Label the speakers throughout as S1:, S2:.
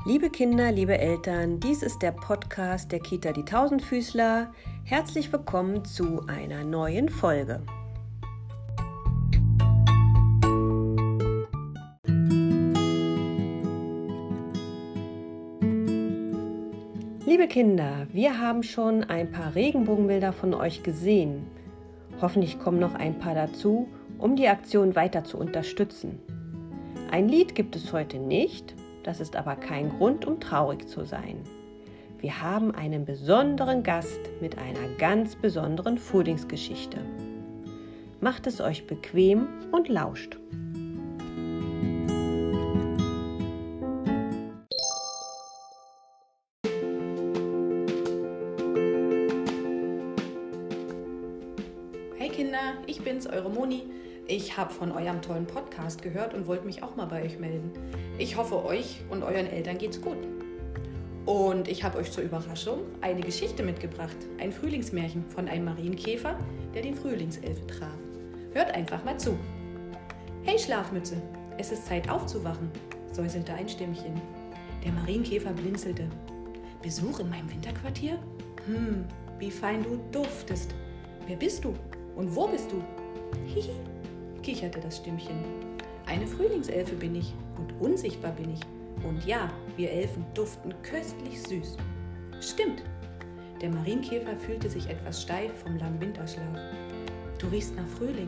S1: Liebe Kinder, liebe Eltern, dies ist der Podcast der Kita Die Tausendfüßler. Herzlich willkommen zu einer neuen Folge. Liebe Kinder, wir haben schon ein paar Regenbogenbilder von euch gesehen. Hoffentlich kommen noch ein paar dazu, um die Aktion weiter zu unterstützen. Ein Lied gibt es heute nicht. Das ist aber kein Grund, um traurig zu sein. Wir haben einen besonderen Gast mit einer ganz besonderen Frühlingsgeschichte. Macht es euch bequem und lauscht.
S2: Hey Kinder, ich bin's, eure Moni. Ich habe von eurem tollen Podcast gehört und wollte mich auch mal bei euch melden. Ich hoffe, euch und euren Eltern geht's gut. Und ich habe euch zur Überraschung eine Geschichte mitgebracht. Ein Frühlingsmärchen von einem Marienkäfer, der den Frühlingselfe traf. Hört einfach mal zu. Hey Schlafmütze, es ist Zeit aufzuwachen, säuselte ein Stimmchen. Der Marienkäfer blinzelte. Besuch in meinem Winterquartier? Wie fein du duftest. Wer bist du? Und wo bist du? Hihi, kicherte das Stimmchen. Eine Frühlingselfe bin ich und unsichtbar bin ich. Und ja, wir Elfen duften köstlich süß. Stimmt. Der Marienkäfer fühlte sich etwas steif vom langen Winterschlaf. Du riechst nach Frühling.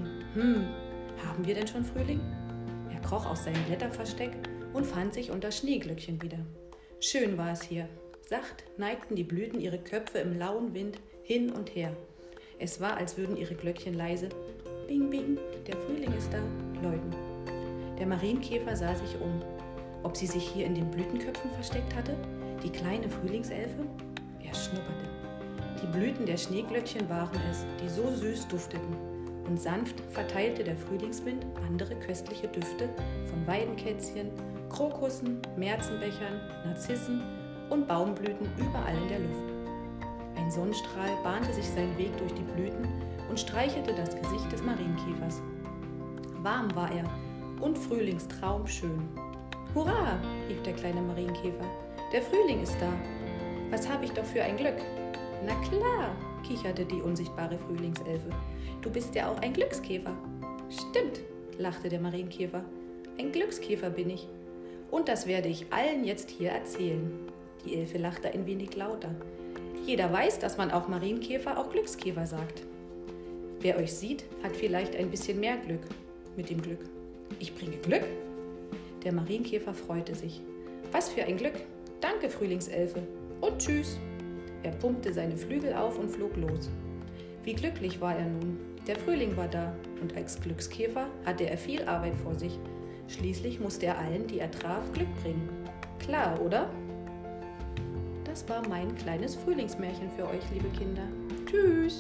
S2: Haben wir denn schon Frühling? Er kroch aus seinem Blätterversteck und fand sich unter Schneeglöckchen wieder. Schön war es hier. Sacht neigten die Blüten ihre Köpfe im lauen Wind hin und her. Es war, als würden ihre Glöckchen leise Bing, bing, der Frühling ist da, läuten. Der Marienkäfer sah sich um. Ob sie sich hier in den Blütenköpfen versteckt hatte? Die kleine Frühlingselfe? Er schnupperte. Die Blüten der Schneeglöckchen waren es, die so süß dufteten. Und sanft verteilte der Frühlingswind andere köstliche Düfte von Weidenkätzchen, Krokussen, Märzenbechern, Narzissen und Baumblüten überall in der Luft. Ein Sonnenstrahl bahnte sich seinen Weg durch die Blüten und streichelte das Gesicht des Marienkäfers. Warm war er und frühlingstraumschön. Hurra, rief der kleine Marienkäfer, der Frühling ist da. Was habe ich doch für ein Glück. Na klar, kicherte die unsichtbare Frühlingselfe. Du bist ja auch ein Glückskäfer. Stimmt, lachte der Marienkäfer. Ein Glückskäfer bin ich. Und das werde ich allen jetzt hier erzählen. Die Elfe lachte ein wenig lauter. Jeder weiß, dass man auch Marienkäfer auch Glückskäfer sagt. Wer euch sieht, hat vielleicht ein bisschen mehr Glück mit dem Glück. Ich bringe Glück? Der Marienkäfer freute sich. Was für ein Glück! Danke, Frühlingselfe. Und tschüss! Er pumpte seine Flügel auf und flog los. Wie glücklich war er nun. Der Frühling war da und als Glückskäfer hatte er viel Arbeit vor sich. Schließlich musste er allen, die er traf, Glück bringen. Klar, oder? Das war mein kleines Frühlingsmärchen für euch, liebe Kinder. Tschüss!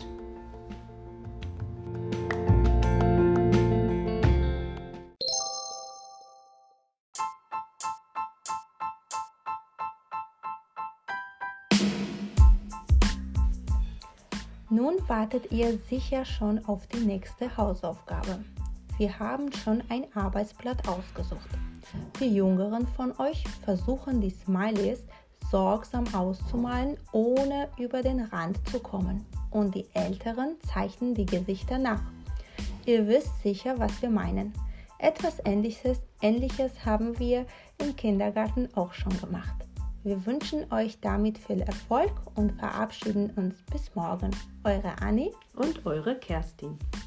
S3: Nun wartet ihr sicher schon auf die nächste Hausaufgabe. Wir haben schon ein Arbeitsblatt ausgesucht. Die Jüngeren von euch versuchen die Smileys sorgsam auszumalen, ohne über den Rand zu kommen. Und die Älteren zeichnen die Gesichter nach. Ihr wisst sicher, was wir meinen. Etwas Ähnliches haben wir im Kindergarten auch schon gemacht. Wir wünschen euch damit viel Erfolg und verabschieden uns bis morgen. Eure Anni
S1: und eure Kerstin.